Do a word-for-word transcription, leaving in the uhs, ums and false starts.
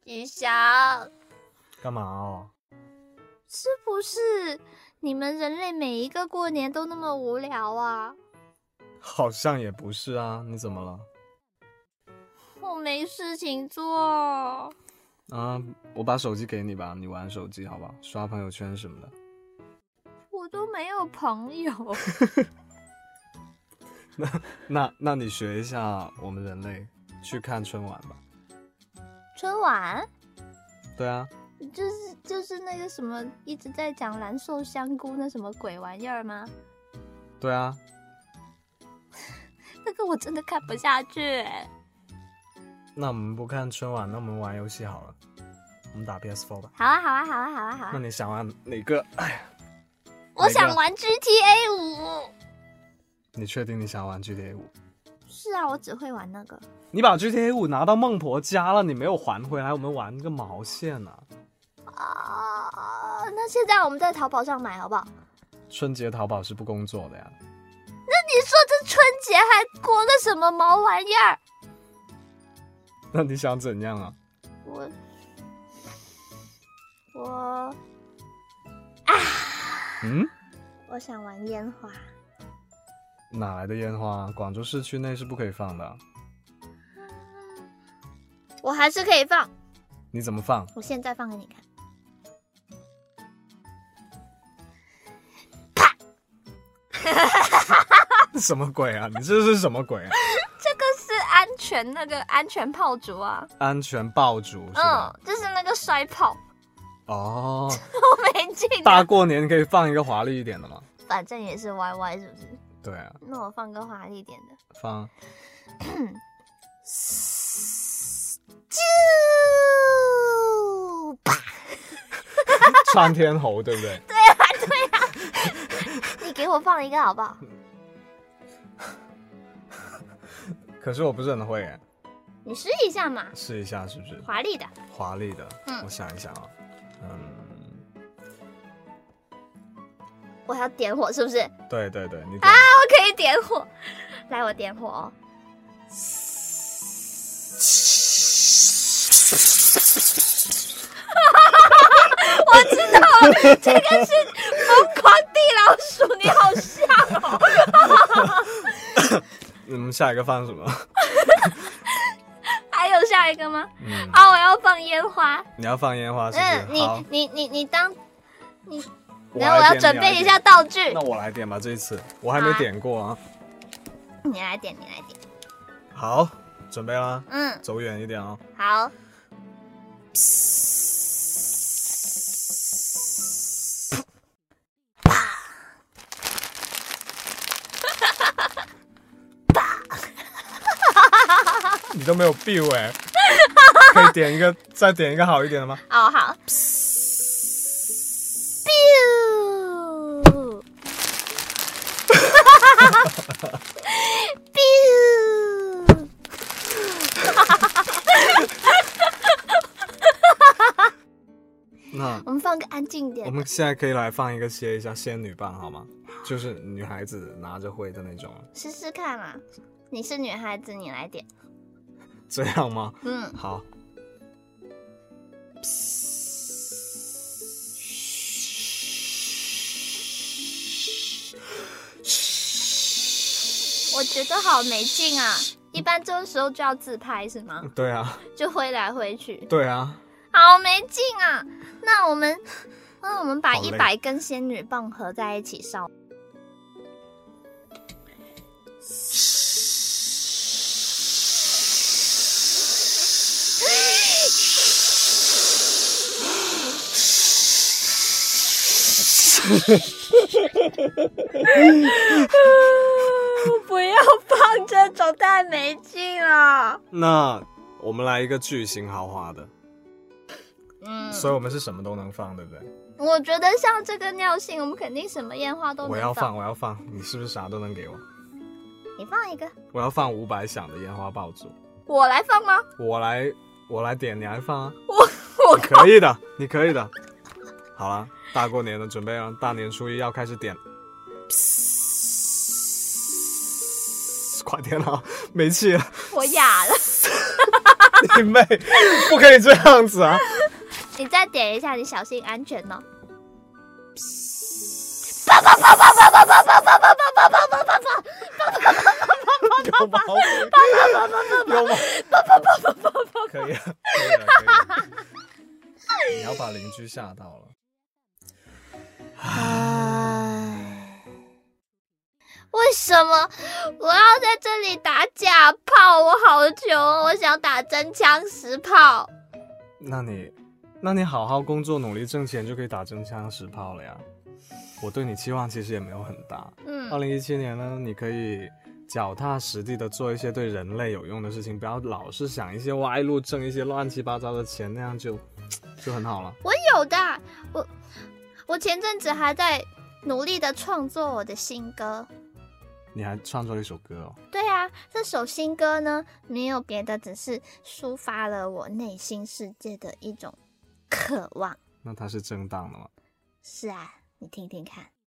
吉祥， 干嘛哦？ 是不是你们人类每一个过年都那么无聊啊？ 好像也不是啊，你怎么了？ 我没事情做。 啊，我把手机给你吧，你玩手机好不好？刷朋友圈什么的。 我都没有朋友。 那那那你学一下我们人类，去看春晚吧。 春晚？ 对啊， 就是就是那个什么一直在讲蓝瘦香菇那什么鬼玩意儿吗？ 对啊。 那个我真的看不下去欸。 那我们不看春晚，那我们玩游戏好了。我们打 P S 四 吧。 好啊好啊好啊好啊好啊。 那你想玩哪个？哎呀， 我想玩 G T A 五。 你确定你想玩 G T A 五？ 是啊，我只会玩那个。 你把 G T A 五拿到孟婆家了，你没有还回来，我们玩个毛线啊！ 啊，那现在我们在淘宝上买好不好？ 春节淘宝是不工作的呀。 那你说这春节还过个什么毛玩意儿？ 那你想怎样啊？ 我我啊， 嗯， 我想玩烟花。 哪来的烟花？广州市区内是不可以放的。 我还是可以放。 你怎么放？ 我现在放给你看。 什么鬼啊？你这是什么鬼啊？ 这个是安全那个安全炮竹啊， 安全爆竹是吧？ 嗯，就是那个摔炮。 哦， 我没劲、啊。 大过年可以放一个华丽一点的吗？ 反正也是 Y Y 是不是？ 对啊。 那我放个华丽一点的。 放。 啾啪！ 窜天猴对不对？ 对啊对啊。你给我放一个好不好？ 可是我不是很会耶。 你试一下嘛。 试一下是不是？ 华丽的。 华丽的。 嗯， 我想一想啊，嗯， 我要点火是不是？ 对对对，你点。 啊，我可以点火。来，我点火哦。我知道了，这个是疯狂地老鼠，你好像哦。 你们下一个放什么？ 还有下一个吗？ 嗯， 啊，我要放烟花。 你要放烟花是不是？ 嗯，你你你你当你， 然后我要准备一下道具。 那我来点吧，这一次我还没点过啊。 你来点，你来点。 好，准备啦。 嗯， 走远一点哦。 好。 你都没有 biu 哎、欸，可以点一个，再点一个好一点的吗？ 哦，好。biu，biu。 那我们放个安静点。 我们现在可以来放一个歇一下仙女棒好吗？就是女孩子拿着挥的那种。 试试看啊，你是女孩子，你来点。 这样吗？ 嗯， 好。 我觉得好没劲啊！一般这个时候就要自拍是吗？ 对啊。 就挥来挥去。 对啊。 好没劲啊！那我们，那我们把一百根仙女棒合在一起烧。不要放这种，太没劲了。 那我们来一个巨型豪华的。 嗯， 所以我们是什么都能放，对不对？ 我觉得像这个尿性，我们肯定什么烟花都能放。 我要放，我要放，你是不是啥都能给我？ 你放一个。 我要放五百响的烟花爆竹。 我来放吗？ 我来，我来点，你来放啊。 我我可以的，你可以的。好了，大过年的，准备了，大年初一要开始点。快点了，没气了。 我哑了。 你妹，不可以这样子啊！ 你再点一下，你小心安全哦。 有毛病，有毛病，可以了，可以了，可以了。你要把邻居吓到了。 唉，为什么我要在这里打假炮？我好穷，我想打真枪实炮。 那你，那你好好工作，努力挣钱，就可以打真枪实炮了呀。我对你期望其实也没有很大。嗯，二零一七年呢，你可以脚踏实地的做一些对人类有用的事情，不要老是想一些歪路，挣一些乱七八糟的钱，那样就就很好了。 我有的，我我前阵子还在努力的创作我的新歌。 你还创作了一首歌哦？ 对啊，这首新歌呢，没有别的，只是抒发了我内心世界的一种渴望。 那它是正当的吗？ 是啊，你听听看。